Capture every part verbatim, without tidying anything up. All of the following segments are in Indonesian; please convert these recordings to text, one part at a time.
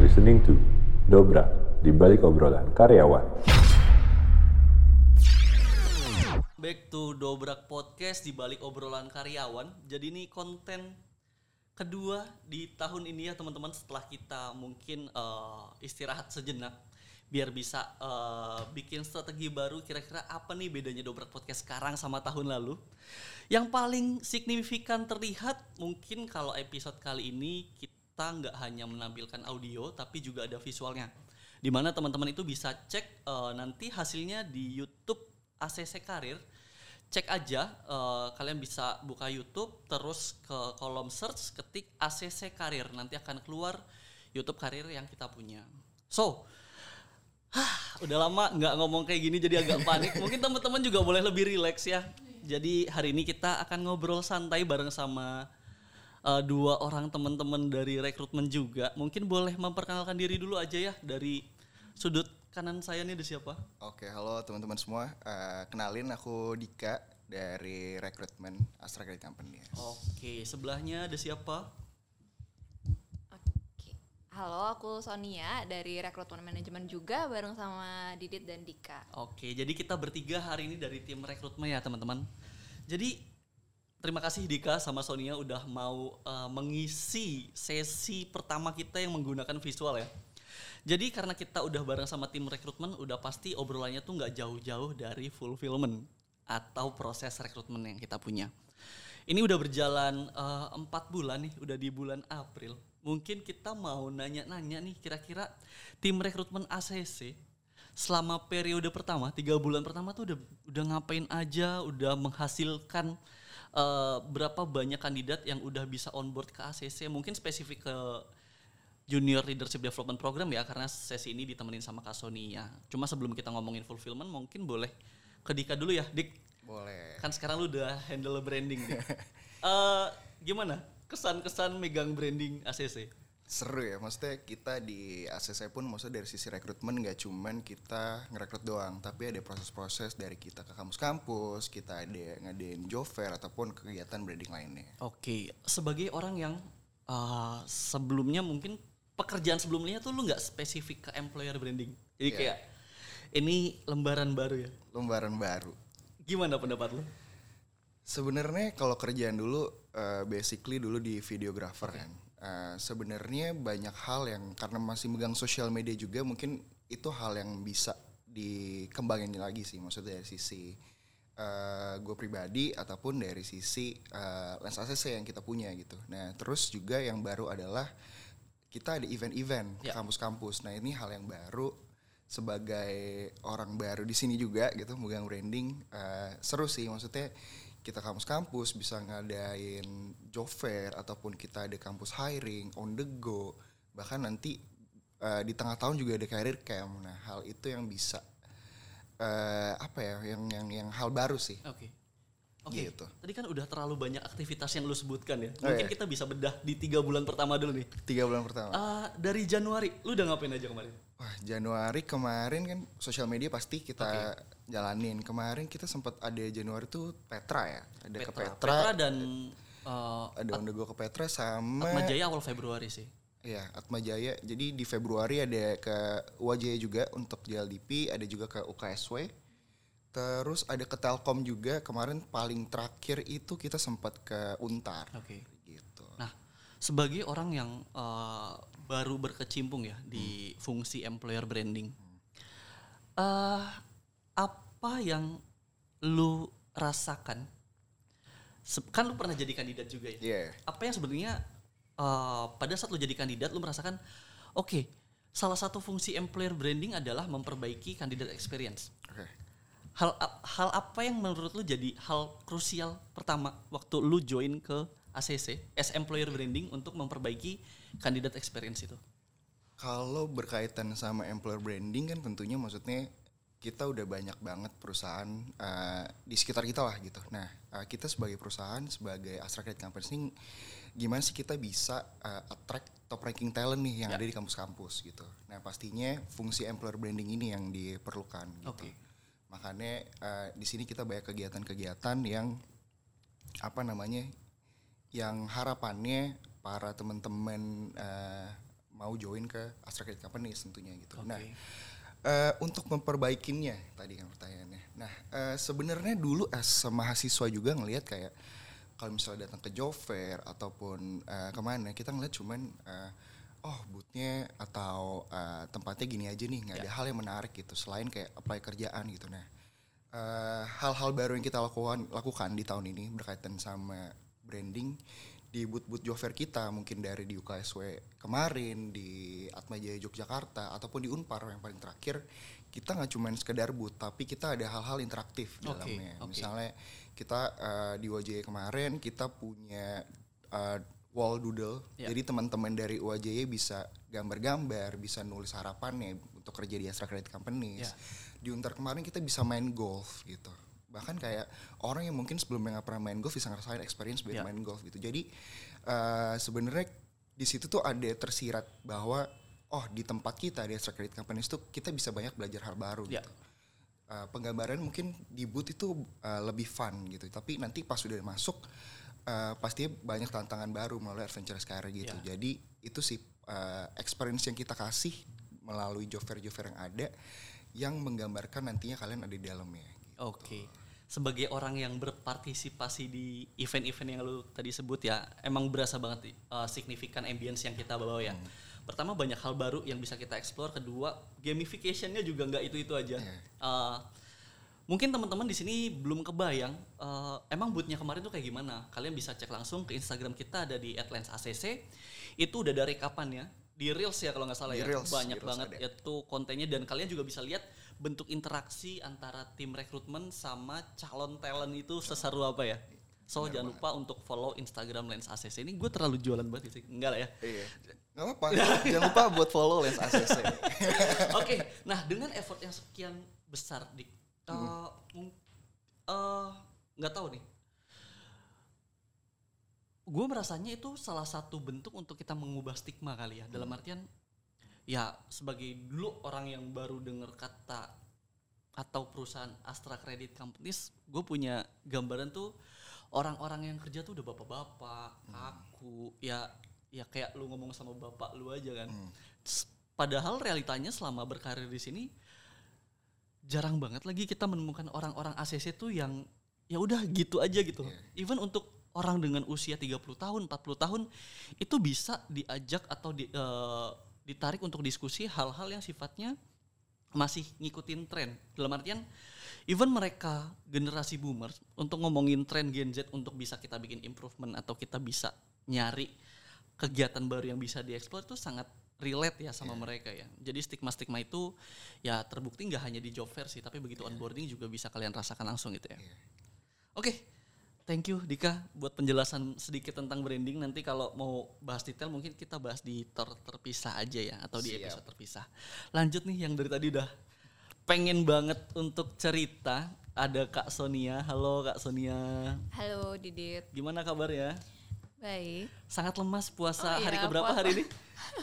listening to Dobrak, di balik obrolan karyawan. Back to Dobrak Podcast, di balik obrolan karyawan. Jadi ini konten kedua di tahun ini ya teman-teman, setelah kita mungkin uh, istirahat sejenak biar bisa uh, bikin strategi baru. Kira-kira apa nih bedanya Dobrak Podcast sekarang sama tahun lalu? Yang paling signifikan terlihat mungkin kalau episode kali ini kita nggak hanya menampilkan audio tapi juga ada visualnya, dimana teman-teman itu bisa cek uh, nanti hasilnya di YouTube A C C Karir. Cek aja, uh, kalian bisa buka YouTube, terus ke kolom search, ketik A C C Karir, nanti akan keluar YouTube Karir yang kita punya. So, hah, udah lama nggak ngomong kayak gini jadi agak panik. Mungkin teman-teman juga boleh lebih rileks ya. Jadi hari ini kita akan ngobrol santai bareng sama uh, dua orang teman-teman dari rekrutmen juga. Mungkin boleh memperkenalkan diri dulu aja ya, dari sudut kanan saya nih ada siapa? Oke, halo teman-teman semua. Uh, kenalin aku Dika dari rekrutmen Astra Credit Company. Oke, sebelahnya ada siapa? Oke, halo aku Sonia dari rekrutmen manajemen juga bareng sama Didit dan Dika. Oke, jadi kita bertiga hari ini dari tim rekrutmen ya teman-teman. Jadi terima kasih Dika sama Sonia udah mau uh, mengisi sesi pertama kita yang menggunakan visual ya. Jadi karena kita udah bareng sama tim rekrutmen, udah pasti obrolannya tuh gak jauh-jauh dari fulfillment atau proses rekrutmen yang kita punya. Ini udah berjalan empat uh, bulan nih, udah di bulan April. Mungkin kita mau nanya-nanya nih, kira-kira tim rekrutmen A C C selama periode pertama, tiga bulan pertama tuh udah, udah ngapain aja, udah menghasilkan uh, berapa banyak kandidat yang udah bisa onboard ke A C C. Mungkin spesifik ke Junior Leadership Development Program ya, karena sesi ini ditemenin sama Kak Sonia. Cuma sebelum kita ngomongin fulfillment, mungkin boleh ke Dika dulu ya, Dik. Boleh. Kan sekarang lu udah handle branding nih. uh, gimana kesan-kesan megang branding A C C? Seru ya, maksudnya kita di A C C pun maksudnya dari sisi rekrutmen gak cuman kita ngerekrut doang, tapi ada proses-proses dari kita ke kampus-kampus, kita ada ngadain job fair ataupun kegiatan branding lainnya. Oke, sebagai orang yang uh, sebelumnya mungkin pekerjaan sebelumnya tuh lu nggak spesifik ke employer branding, jadi yeah. kayak ini lembaran baru ya. Lembaran baru. Gimana pendapat lu? Sebenarnya kalau kerjaan dulu, uh, basically dulu di videographer okay. kan. Uh, Sebenarnya banyak hal yang karena masih megang sosial media juga, mungkin itu hal yang bisa dikembangin lagi sih, maksudnya dari sisi uh, gue pribadi ataupun dari sisi uh, Lens A C C yang kita punya gitu. Nah terus juga yang baru adalah kita ada event-event ke yeah. kampus-kampus. Nah ini hal yang baru sebagai orang baru di sini juga gitu, megang branding. Uh, seru sih, maksudnya kita kampus-kampus bisa ngadain job fair ataupun kita ada kampus hiring on the go. Bahkan nanti uh, di tengah tahun juga ada career camp. Nah hal itu yang bisa uh, apa ya, yang yang yang hal baru sih. Oke. Okay. Oke, okay. Gitu. Tadi kan udah terlalu banyak aktivitas yang lu sebutkan ya. Oh, Mungkin iya. kita bisa bedah di tiga bulan pertama dulu nih. Tiga bulan pertama. Uh, dari Januari, lu udah ngapain aja kemarin? Wah, Januari kemarin kan sosial media pasti kita okay. jalanin. Kemarin kita sempat ada Januari tuh Petra ya. Ada Petra. ke Petra. Petra dan uh, ada on the go ke Petra sama Atma Jaya awal Februari sih. Iya, Atma Jaya. Jadi di Februari ada ke U A J juga untuk J L D P, ada juga ke U K S W. Terus ada ke Telkom juga. Kemarin paling terakhir itu kita sempat ke Untar. Oke. Okay. Gitu. Nah, sebagai orang yang uh, baru berkecimpung ya hmm. di fungsi employer branding, hmm. uh, apa yang lu rasakan? Se- kan lu pernah jadi kandidat juga ya. Yeah. Apa yang sebenarnya uh, pada saat lu jadi kandidat lu merasakan, oke, okay, salah satu fungsi employer branding adalah memperbaiki kandidat experience. Okay. Hal hal apa yang menurut lu jadi hal krusial pertama waktu lu join ke A C C as employer branding untuk memperbaiki kandidat experience itu? Kalau berkaitan sama employer branding kan tentunya maksudnya kita udah banyak banget perusahaan uh, di sekitar kita lah gitu. Nah uh, kita sebagai perusahaan, sebagai Astra Credit Company, gimana sih kita bisa uh, attract top ranking talent nih yang yeah. ada di kampus-kampus gitu. Nah pastinya fungsi employer branding ini yang diperlukan gitu. Okay. Makanya uh, di sini kita banyak kegiatan-kegiatan yang apa namanya, yang harapannya para teman-teman uh, mau join ke Astra Credit Companies tentunya gitu. Okay. Nah, uh, untuk memperbaikinya tadi kan pertanyaannya. Nah, uh, sebenarnya dulu as mahasiswa juga ngelihat kayak kalau misalnya datang ke job fair ataupun uh, kemana kita ngeliat cuman uh, oh boothnya atau uh, tempatnya gini aja nih, nggak yeah. ada hal yang menarik gitu selain kayak apply kerjaan gitu. Nah, uh, hal-hal baru yang kita lakukan lakukan di tahun ini berkaitan sama branding di booth-booth job fair kita, mungkin dari di U K S W kemarin, di Atmajaya Yogyakarta ataupun di Unpar yang paling terakhir, kita nggak cuma sekedar booth tapi kita ada hal-hal interaktif okay, dalamnya. Okay. Misalnya kita uh, di U A J kemarin kita punya uh, wall doodle, yeah. jadi teman-teman dari U A J bisa gambar-gambar, bisa nulis harapannya untuk kerja di Astra Credit Companies. Yeah. Di Untar kemarin kita bisa main golf gitu. Bahkan kayak orang yang mungkin sebelumnya nggak pernah main golf bisa ngerasain experience buat yeah. main golf gitu. Jadi uh, sebenarnya di situ tuh ada tersirat bahwa oh di tempat kita di Astra Credit Companies tuh kita bisa banyak belajar hal baru yeah. gitu. Uh, penggambaran mungkin di booth itu uh, lebih fun gitu. Tapi nanti pas sudah masuk Uh, pasti banyak tantangan baru melalui Adventurous Career gitu. Yeah. Jadi itu sih uh, experience yang kita kasih melalui job fair-job fair yang ada yang menggambarkan nantinya kalian ada di dalamnya. Gitu. Oke. Okay. Sebagai orang yang berpartisipasi di event-event yang lu tadi sebut ya, emang berasa banget uh, signifikan ambience yang kita bawa ya. Hmm. Pertama banyak hal baru yang bisa kita explore. Kedua gamification-nya juga nggak itu-itu aja. Yeah. Uh, Mungkin teman-teman di sini belum kebayang uh, emang booth-nya kemarin tuh kayak gimana. Kalian bisa cek langsung ke Instagram kita ada di at lens A C C. Itu udah ada rekapannya di Reels ya kalau nggak salah di ya. Reels, banyak Reels banget ada. Itu kontennya dan kalian juga bisa lihat bentuk interaksi antara tim rekrutmen sama calon talent itu seseru apa ya. So benar jangan banget. Lupa untuk follow Instagram Lens A C C. Ini gue terlalu jualan banget sih. Enggak lah ya. Iya. Nggak apa-apa. Jangan lupa buat follow Lens A C C. Oke. Okay. Nah dengan effort yang sekian besar di Uh, uh, nggak tahu nih, gue merasanya itu salah satu bentuk untuk kita mengubah stigma kali ya. Dalam artian, ya sebagai dulu orang yang baru dengar kata atau perusahaan Astra Credit Companies, gue punya gambaran tuh orang-orang yang kerja tuh udah bapak-bapak, kaku, hmm. ya ya kayak lu ngomong sama bapak lu aja kan. Hmm. Padahal realitanya selama berkarir di sini jarang banget lagi kita menemukan orang-orang A C C tuh yang ya udah gitu aja gitu. Yeah. Even untuk orang dengan usia tiga puluh tahun, empat puluh tahun itu bisa diajak atau di, uh, ditarik untuk diskusi hal-hal yang sifatnya masih ngikutin tren. Dalam artian even mereka generasi boomers untuk ngomongin tren Gen Z untuk bisa kita bikin improvement atau kita bisa nyari kegiatan baru yang bisa dieksplor itu sangat relate ya sama yeah. mereka ya. Jadi stigma-stigma itu ya terbukti nggak hanya di job fair sih, tapi begitu yeah. onboarding juga bisa kalian rasakan langsung gitu ya. Yeah. Oke, okay. Thank you Dika buat penjelasan sedikit tentang branding. Nanti kalau mau bahas detail mungkin kita bahas di ter- terpisah aja ya atau di Siap. episode terpisah. Lanjut nih yang dari tadi udah pengen banget untuk cerita. Ada Kak Sonia. Halo Kak Sonia. Halo Didit. Gimana kabarnya? Baik. Sangat lemas puasa oh, hari iya, keberapa puasa. hari ini?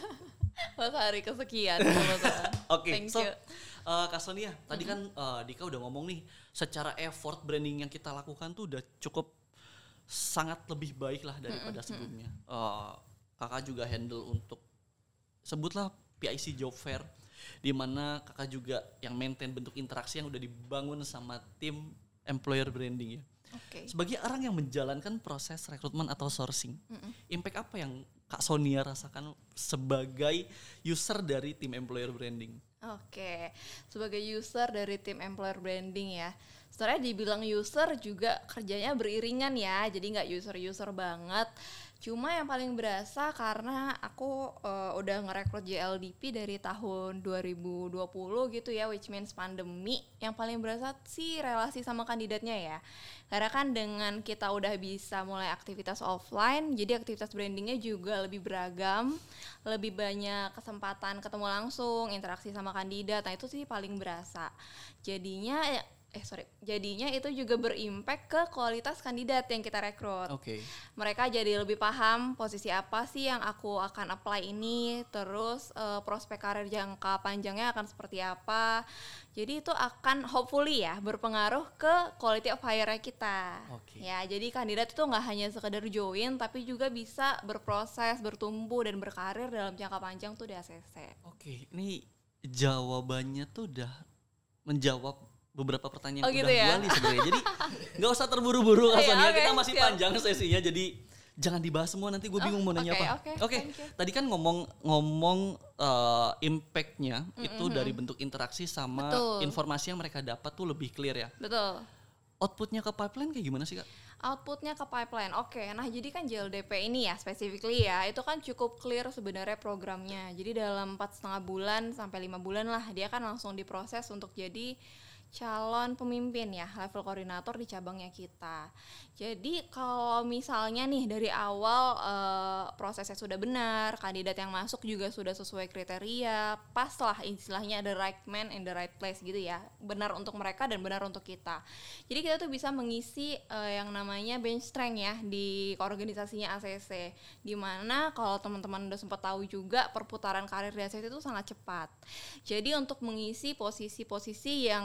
Puasa hari kesekian. Oke, okay, so uh, Kak Sonia, tadi kan uh, Dika udah ngomong nih, secara effort branding yang kita lakukan tuh udah cukup sangat lebih baik lah daripada mm-hmm. sebelumnya. Uh, kakak juga handle untuk sebutlah P I C Job Fair, di mana kakak juga yang maintain bentuk interaksi yang udah dibangun sama tim employer branding ya. Okay. Sebagai orang yang menjalankan proses rekrutmen atau sourcing, mm-hmm. impact apa yang Kak Sonia rasakan sebagai user dari tim employer branding? Oke, okay. Sebagai user dari tim employer branding ya, sebenarnya dibilang user juga kerjanya beriringan ya, jadi nggak user-user banget. Cuma yang paling berasa karena aku uh, udah ngerekrut J L D P dari tahun dua ribu dua puluh gitu ya, which means pandemi. Yang paling berasa sih relasi sama kandidatnya ya. Karena kan dengan kita udah bisa mulai aktivitas offline, jadi aktivitas brandingnya juga lebih beragam, lebih banyak kesempatan ketemu langsung, interaksi sama kandidat. Nah itu sih paling berasa. Jadinya eh sorry jadinya itu juga berimpact ke kualitas kandidat yang kita rekrut. Oke. Okay. Mereka jadi lebih paham posisi apa sih yang aku akan apply ini, terus uh, prospek karir jangka panjangnya akan seperti apa. Jadi itu akan hopefully ya berpengaruh ke quality of hire kita. Okay. Ya, jadi kandidat itu nggak hanya sekedar join tapi juga bisa berproses, bertumbuh dan berkarir dalam jangka panjang tuh di A C C. Oke, okay. Ini jawabannya tuh udah menjawab beberapa pertanyaan oh, yang gitu udah ya? gali sebenarnya. Jadi nggak usah terburu-buru Kak Sonia, okay, kita masih siap. panjang sesinya. Jadi jangan dibahas semua, nanti gue bingung oh, mau nanya okay, apa. Oke, okay, okay. Tadi kan ngomong-ngomong uh, impact-nya mm-hmm. itu dari bentuk interaksi sama Betul. Informasi yang mereka dapat tuh lebih clear ya. Betul. Outputnya ke pipeline kayak gimana sih Kak? Outputnya ke pipeline, oke. Okay. Nah jadi kan J L D P ini ya specifically ya, itu kan cukup clear sebenarnya programnya. Jadi dalam empat setengah bulan sampai lima bulan lah dia kan langsung diproses untuk jadi calon pemimpin ya, level koordinator di cabangnya kita. Jadi kalau misalnya nih dari awal uh, prosesnya sudah benar, kandidat yang masuk juga sudah sesuai kriteria, pas lah istilahnya the right man in the right place gitu ya, benar untuk mereka dan benar untuk kita. Jadi kita tuh bisa mengisi uh, yang namanya bench strength ya di organisasinya A C C, dimana kalau teman-teman udah sempat tahu juga perputaran karir di A C C itu sangat cepat. Jadi untuk mengisi posisi-posisi yang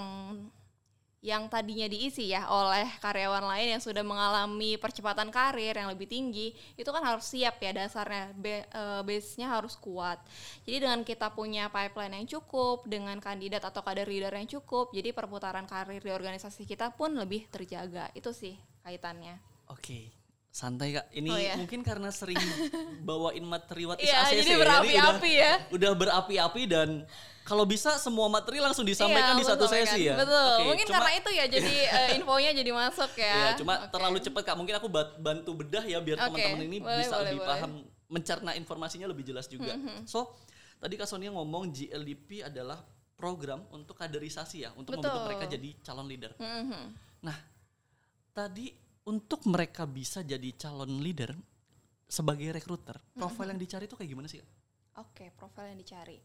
yang tadinya diisi ya oleh karyawan lain yang sudah mengalami percepatan karir yang lebih tinggi, itu kan harus siap ya dasarnya, be, uh, base-nya harus kuat. Jadi dengan kita punya pipeline yang cukup, dengan kandidat atau kader leader yang cukup, jadi perputaran karir di organisasi kita pun lebih terjaga. Itu sih kaitannya. Oke, santai Kak. Ini oh, ya? mungkin karena sering bawain materi what is ya, A C C jadi berapi-api ya. ya. Udah berapi-api dan kalau bisa semua materi langsung disampaikan iya, di satu sampaikan. sesi ya. Betul. Oke, mungkin cuma, karena itu ya jadi uh, infonya jadi masuk ya. Iya, cuma okay. terlalu cepat Kak. Mungkin aku bantu bedah ya biar okay. teman-teman ini boleh, bisa boleh, lebih boleh. paham, mencerna informasinya lebih jelas juga. Mm-hmm. So, tadi Kak Sonia ngomong J L D P adalah program untuk kaderisasi ya, untuk Betul. membentuk mereka jadi calon leader. Mm-hmm. Nah, tadi untuk mereka bisa jadi calon leader sebagai rekruter, profil mm-hmm. yang dicari itu kayak gimana sih Kak? Oke, okay, profil yang dicari.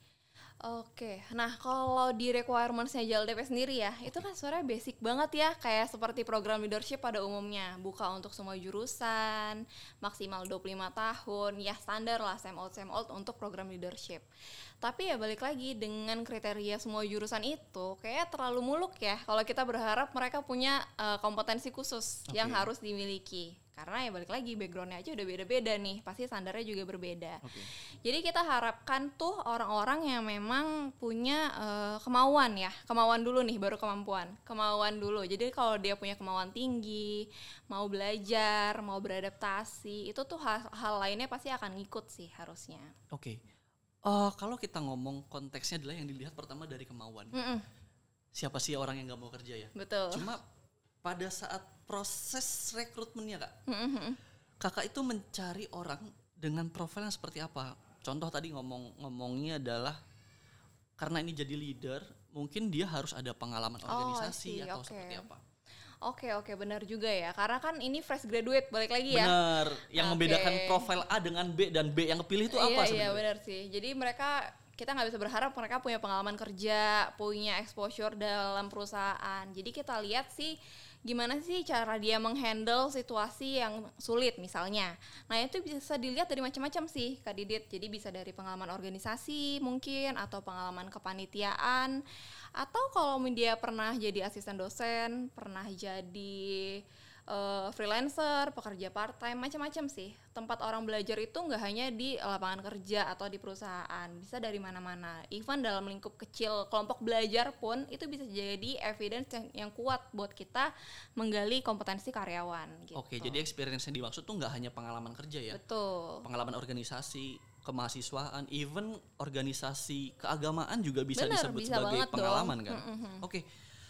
Oke, nah kalau di requirements-nya J L D P sendiri ya, itu kan sebenarnya basic banget ya, kayak seperti program leadership pada umumnya, buka untuk semua jurusan, maksimal dua puluh lima tahun, ya standar lah, same old same old untuk program leadership. Tapi ya balik lagi dengan kriteria semua jurusan itu, kayak terlalu muluk ya, kalau kita berharap mereka punya uh, kompetensi khusus okay. yang harus dimiliki. Karena ya balik lagi background-nya aja udah beda-beda nih, pasti standarnya juga berbeda. Okay. Jadi kita harapkan tuh orang-orang yang memang punya uh, kemauan ya, kemauan dulu nih baru kemampuan, kemauan dulu. Jadi kalau dia punya kemauan tinggi, mau belajar, mau beradaptasi, itu tuh hal, hal lainnya pasti akan ngikut sih harusnya. Oke, okay. uh, kalau kita ngomong konteksnya adalah yang dilihat pertama dari kemauan. Mm-mm. Siapa sih orang yang nggak mau kerja ya? Betul. Cuma pada saat proses rekrutmennya Kak, mm-hmm. Kakak itu mencari orang dengan profil yang seperti apa? Contoh tadi ngomong-ngomongnya adalah karena ini jadi leader, mungkin dia harus ada pengalaman organisasi oh, atau okay. seperti apa? Oke oke benar juga ya, karena kan ini fresh graduate balik lagi ya. Benar, yang okay. membedakan profil A dengan B dan B yang kepilih itu apa iya, sebenarnya? Iya benar sih, jadi mereka kita nggak bisa berharap mereka punya pengalaman kerja, punya exposure dalam perusahaan. Jadi kita lihat sih gimana sih cara dia menghandle situasi yang sulit misalnya. Nah itu bisa dilihat dari macam-macam sih Kak Didit. Jadi bisa dari pengalaman organisasi mungkin, atau pengalaman kepanitiaan, atau kalau dia pernah jadi asisten dosen, pernah jadi Uh, freelancer, pekerja part time, macam-macam sih. Tempat orang belajar itu nggak hanya di lapangan kerja atau di perusahaan, bisa dari mana-mana. Even dalam lingkup kecil kelompok belajar pun itu bisa jadi evidence yang, yang kuat buat kita menggali kompetensi karyawan. Gitu. Oke, jadi experience yang dimaksud tuh nggak hanya pengalaman kerja ya? Betul. Pengalaman organisasi, kemahasiswaan, even organisasi keagamaan juga bisa Bener, disebut bisa sebagai pengalaman dong. kan? Mm-hmm. Oke,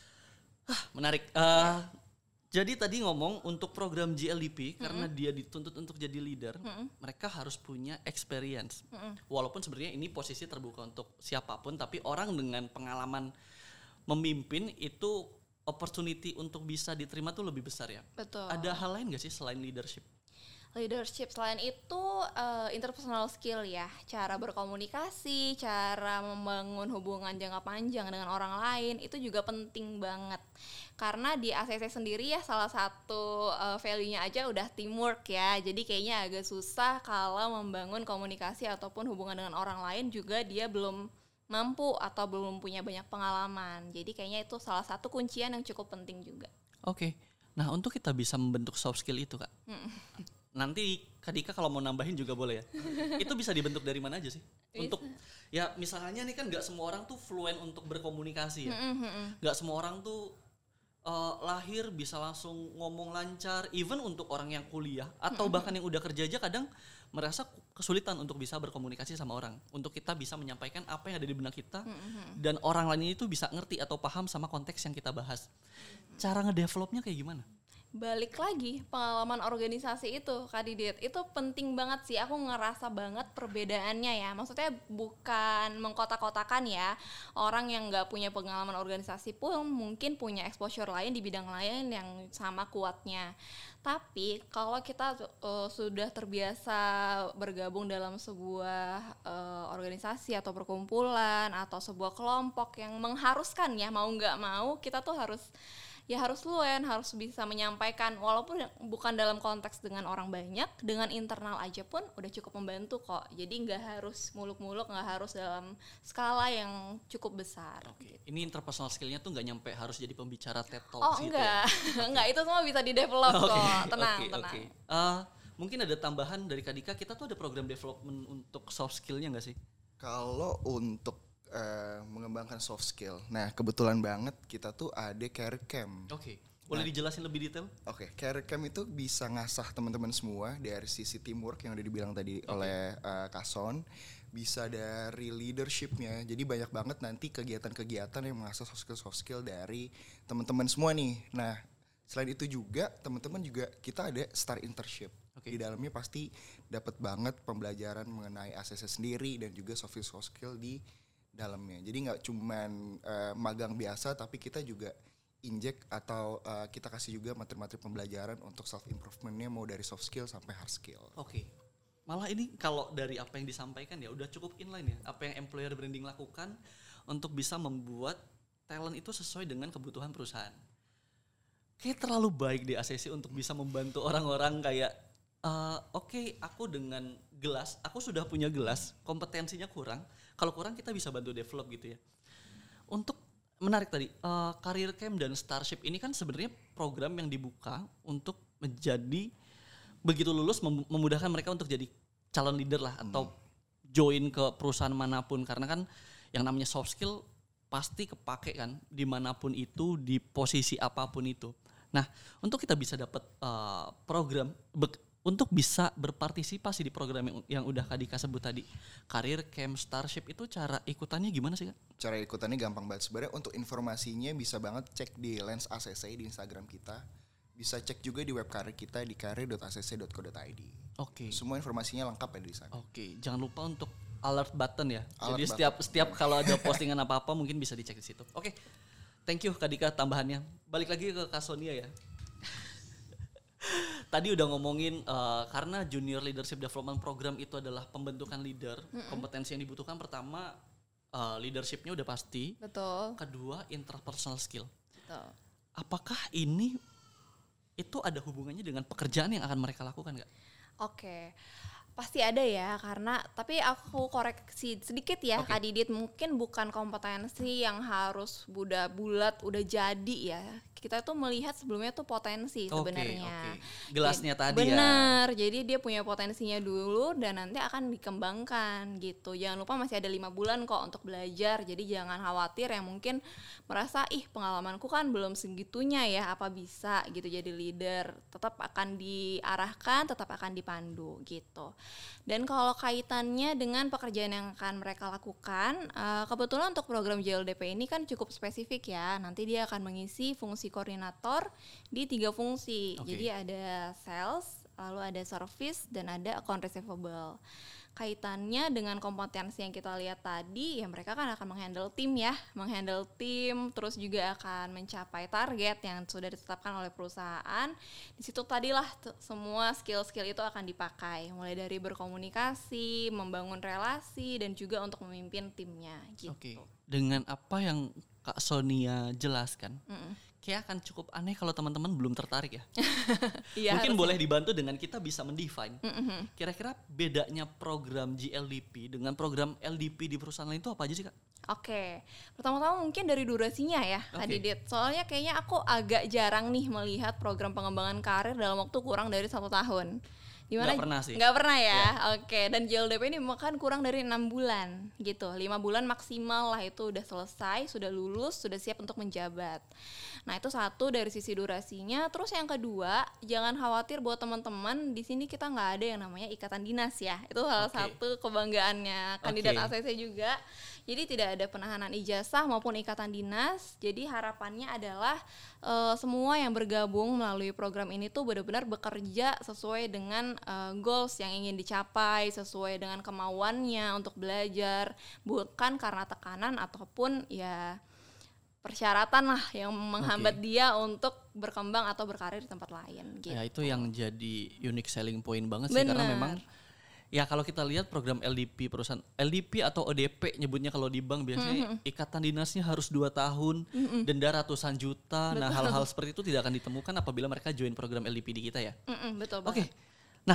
ah, menarik. Uh, ya. Jadi tadi ngomong untuk program J L D P mm-hmm. karena dia dituntut untuk jadi leader, mm-hmm. mereka harus punya experience. Mm-hmm. Walaupun sebenarnya ini posisi terbuka untuk siapapun, tapi orang dengan pengalaman memimpin itu opportunity untuk bisa diterima tuh lebih besar ya. Betul. Ada hal lain nggak sih selain leadership? Leadership selain itu uh, interpersonal skill ya, cara berkomunikasi, cara membangun hubungan jangka panjang dengan orang lain itu juga penting banget. Karena di A C C sendiri ya salah satu uh, value-nya aja udah teamwork ya. Jadi kayaknya agak susah kalau membangun komunikasi ataupun hubungan dengan orang lain juga dia belum mampu atau belum punya banyak pengalaman. Jadi kayaknya itu salah satu kuncian yang cukup penting juga. Oke. Nah, untuk kita bisa membentuk soft skill itu, Kak. Hmm. Nanti Kak Dika kalau mau nambahin juga boleh ya. Itu bisa dibentuk dari mana aja sih? Untuk ya misalnya nih kan nggak semua orang tuh fluent untuk berkomunikasi ya. Nggak semua orang tuh uh, lahir bisa langsung ngomong lancar. Even untuk orang yang kuliah atau bahkan yang udah kerja aja kadang merasa kesulitan untuk bisa berkomunikasi sama orang. Untuk kita bisa menyampaikan apa yang ada di benak kita dan orang lain itu bisa ngerti atau paham sama konteks yang kita bahas. Cara ngedevelopnya kayak gimana? Balik lagi pengalaman organisasi itu Kak Didit itu penting banget sih, aku ngerasa banget perbedaannya ya, maksudnya bukan mengkotak-kotakan ya, orang yang nggak punya pengalaman organisasi pun mungkin punya exposure lain di bidang lain yang sama kuatnya. Tapi kalau kita uh, sudah terbiasa bergabung dalam sebuah uh, organisasi atau perkumpulan atau sebuah kelompok yang mengharuskan ya mau nggak mau kita tuh harus ya harus fluent, harus bisa menyampaikan walaupun bukan dalam konteks dengan orang banyak, dengan internal aja pun udah cukup membantu kok. Jadi nggak harus muluk-muluk, nggak harus dalam skala yang cukup besar. Oke. Ini interpersonal skillnya tuh nggak nyampe harus jadi pembicara TED Talk oh, gitu enggak. ya? Enggak, itu semua bisa di-develop okay. kok. Tenang, okay, tenang. Okay. Uh, mungkin ada tambahan dari Kak Dika, kita tuh ada program development untuk soft skillnya nggak sih? Kalau untuk Uh, mengembangkan soft skill. Nah, kebetulan banget kita tuh ada career camp. Oke. Okay. Boleh nah, dijelasin lebih detail? Oke, okay. Career camp itu bisa ngasah teman-teman semua dari sisi teamwork yang udah dibilang tadi okay. oleh uh, Kason, bisa dari leadershipnya. Jadi banyak banget nanti kegiatan-kegiatan yang mengasah soft skill soft skill dari teman-teman semua nih. Nah, selain itu juga teman-teman juga kita ada star internship. Okay. Di dalamnya pasti dapat banget pembelajaran mengenai A C C sendiri dan juga soft skill soft skill di dalamnya. Jadi nggak cuman uh, magang biasa, tapi kita juga injek atau uh, kita kasih juga materi-materi pembelajaran untuk self improvementnya, mau dari soft skill sampai hard skill. Oke. Okay. Malah ini kalau dari apa yang disampaikan ya udah cukup inline ya. Apa yang employer branding lakukan untuk bisa membuat talent itu sesuai dengan kebutuhan perusahaan. Kayak terlalu baik di A C C untuk bisa membantu orang-orang kayak uh, oke okay, aku dengan gelas, aku sudah punya gelas, kompetensinya kurang. Kalau kurang kita bisa bantu develop gitu ya. Untuk menarik tadi, uh, Career Camp dan Starship ini kan sebenarnya program yang dibuka untuk menjadi begitu lulus mem- memudahkan mereka untuk jadi calon leader lah hmm. atau join ke perusahaan manapun, karena kan yang namanya soft skill pasti kepake kan dimanapun itu, di posisi apapun itu. Nah, untuk kita bisa dapat uh, program be- untuk bisa berpartisipasi di program yang, yang udah Kak Dika sebut tadi, Career Camp, Starship, itu cara ikutannya gimana sih Kak? Cara ikutannya gampang banget sebenarnya. Untuk informasinya bisa banget cek di Lens A C C di Instagram kita. Bisa cek juga di web career kita di career dot a c c dot co dot i d. Oke. Okay. Semua informasinya lengkap ya di sana. Oke, okay. Jangan lupa untuk alert button ya. Alert Jadi button. setiap setiap kalau ada postingan apa-apa mungkin bisa dicek di situ. Oke. Okay. Thank you Kak Dika tambahannya. Balik lagi ke Kak Sonia ya. Tadi udah ngomongin uh, karena Junior Leadership Development Program itu adalah pembentukan leader. Mm-mm. Kompetensi yang dibutuhkan pertama uh, leadershipnya udah pasti. Betul. Kedua interpersonal skill. Betul. Apakah ini itu ada hubungannya dengan pekerjaan yang akan mereka lakukan nggak? Oke. Pasti ada ya, karena tapi aku koreksi sedikit ya okay. Kak Didit, mungkin bukan kompetensi yang harus buda bulat udah jadi ya. Kita tuh melihat sebelumnya tuh potensi okay, sebenarnya. Okay. Gelasnya jadi, tadi bener, ya. Benar, jadi dia punya potensinya dulu dan nanti akan dikembangkan gitu. Jangan lupa masih ada lima bulan kok untuk belajar, jadi jangan khawatir yang mungkin merasa ih pengalamanku kan belum segitunya ya, apa bisa gitu jadi leader. Tetap akan diarahkan, tetap akan dipandu gitu. Dan kalau kaitannya dengan pekerjaan yang akan mereka lakukan, uh, kebetulan untuk program J L D P ini kan cukup spesifik ya. Nanti dia akan mengisi fungsi koordinator di tiga fungsi. Okay. Jadi ada sales, lalu ada service, dan ada account receivable. kaitannya dengan kompetensi yang kita lihat tadi, ya mereka kan akan menghandle tim ya, menghandle tim, terus juga akan mencapai target yang sudah ditetapkan oleh perusahaan. Di situ tadilah t- semua skill-skill itu akan dipakai, mulai dari berkomunikasi, membangun relasi, dan juga untuk memimpin timnya gitu. Oke. Dengan apa yang Kak Sonia jelaskan, Mm-mm. kayak akan cukup aneh kalau teman-teman belum tertarik ya. Iya, Mungkin harusnya. boleh dibantu dengan kita bisa mendefine. Mm-mm. Kira-kira bedanya program G L D P dengan program L D P di perusahaan lain itu apa aja sih Kak? Oke, pertama-tama mungkin dari durasinya ya, Kak Oke. Didit. Soalnya kayaknya aku agak jarang nih melihat program pengembangan karir dalam waktu kurang dari satu tahun. Nggak pernah sih. Nggak pernah ya, oke. Dan J L D P ini makan kurang dari enam bulan gitu, lima bulan maksimal lah itu udah selesai, sudah lulus, sudah siap untuk menjabat. Nah itu satu dari sisi durasinya. Terus yang kedua, jangan khawatir buat teman-teman, di sini kita nggak ada yang namanya ikatan dinas ya. Itu salah Oke. satu kebanggaannya kandidat Oke. A C C juga. Jadi tidak ada penahanan ijazah maupun ikatan dinas. Jadi harapannya adalah uh, semua yang bergabung melalui program ini tuh benar-benar bekerja sesuai dengan uh, goals yang ingin dicapai, sesuai dengan kemauannya untuk belajar, bukan karena tekanan ataupun ya persyaratan lah yang menghambat Oke. dia untuk berkembang atau berkarir di tempat lain gitu. Ya itu yang jadi unique selling point banget sih, karena Bener. memang ya kalau kita lihat program L D P perusahaan L D P atau O D P nyebutnya kalau di bank biasanya Mm-hmm. ikatan dinasnya harus dua tahun, denda ratusan juta. Nah hal-hal seperti itu tidak akan ditemukan apabila mereka join program L D P di kita ya. Mm-mm, betul Oke, banget. nah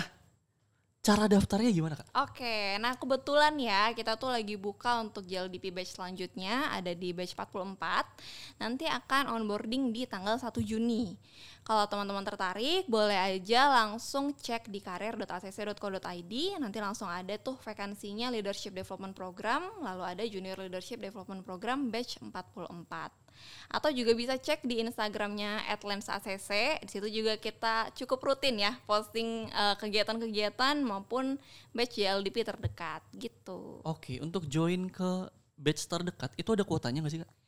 cara daftarnya gimana Kak? Oke, nah kebetulan ya kita tuh lagi buka untuk J L D P batch selanjutnya, ada di batch empat puluh empat. Nanti akan onboarding di tanggal satu Juni. Kalau teman-teman tertarik, boleh aja langsung cek di karir dot a c c dot co dot i d. Nanti langsung ada tuh vakansinya Leadership Development Program, lalu ada Junior Leadership Development Program batch empat puluh empat. Atau juga bisa cek di Instagramnya at lens a c c. Di situ juga kita cukup rutin ya posting uh, kegiatan-kegiatan maupun batch J L D P terdekat gitu. Oke, untuk join ke batch terdekat itu ada kuotanya nggak sih Kak?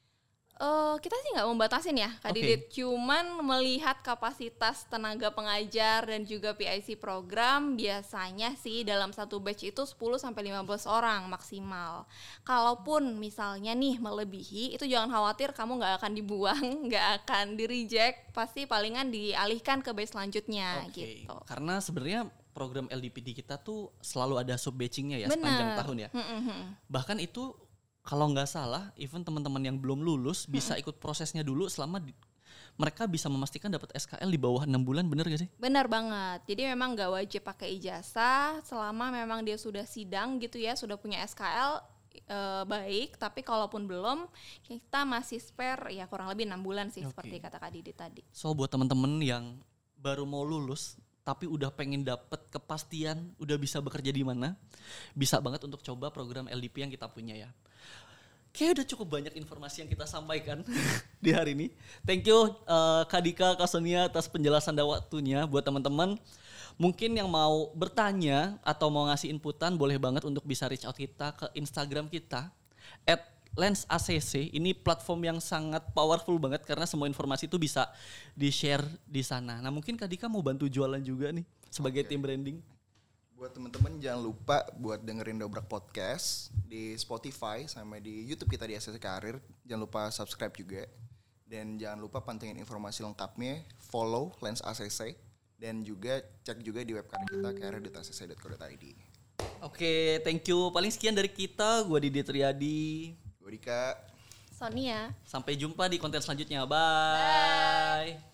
Uh, kita sih nggak membatasin ya Kak Oke. Didit, cuman melihat kapasitas tenaga pengajar dan juga P I C program biasanya sih dalam satu batch itu sepuluh sampai lima belas orang maksimal. Kalaupun misalnya nih melebihi, itu jangan khawatir, kamu nggak akan dibuang, nggak akan di reject, pasti palingan dialihkan ke batch selanjutnya Oke, gitu. karena sebenarnya program L D P di kita tuh selalu ada sub batchingnya ya Bener. sepanjang tahun ya. Mm-mm. Bahkan itu kalau nggak salah, even teman-teman yang belum lulus bisa ikut prosesnya dulu selama di- mereka bisa memastikan dapat S K L di bawah enam bulan, bener gak sih? Benar banget. Jadi memang nggak wajib pakai ijazah selama memang dia sudah sidang gitu ya, sudah punya S K L eh, baik. Tapi kalaupun belum, kita masih spare ya kurang lebih enam bulan sih, Oke. seperti kata Kak Didi tadi. So buat teman-teman yang baru mau lulus tapi udah pengen dapet kepastian udah bisa bekerja di mana, bisa banget untuk coba program L D P yang kita punya ya. Kayaknya udah cukup banyak informasi yang kita sampaikan di hari ini. Thank you uh, Kak Dika, Kak Sonia atas penjelasan dan waktunya. Buat teman-teman mungkin yang mau bertanya atau mau ngasih inputan, boleh banget untuk bisa reach out kita ke Instagram kita at lens a c c. Ini platform yang sangat powerful banget karena semua informasi itu bisa di-share di sana. Nah mungkin Kak Dika mau bantu jualan juga nih sebagai Oke. tim branding. Buat teman-teman jangan lupa buat dengerin Dobrak Podcast di Spotify sama di YouTube kita di A C C Karir. Jangan lupa subscribe juga. Dan jangan lupa pantengin informasi lengkapnya, follow Lens A C C dan juga cek juga di web karir kita karir dot a c c dot co dot i d. Oke, thank you. Paling sekian dari kita. Gua Didi Triadi. Gue Dika. Sonia. Sampai jumpa di konten selanjutnya. Bye.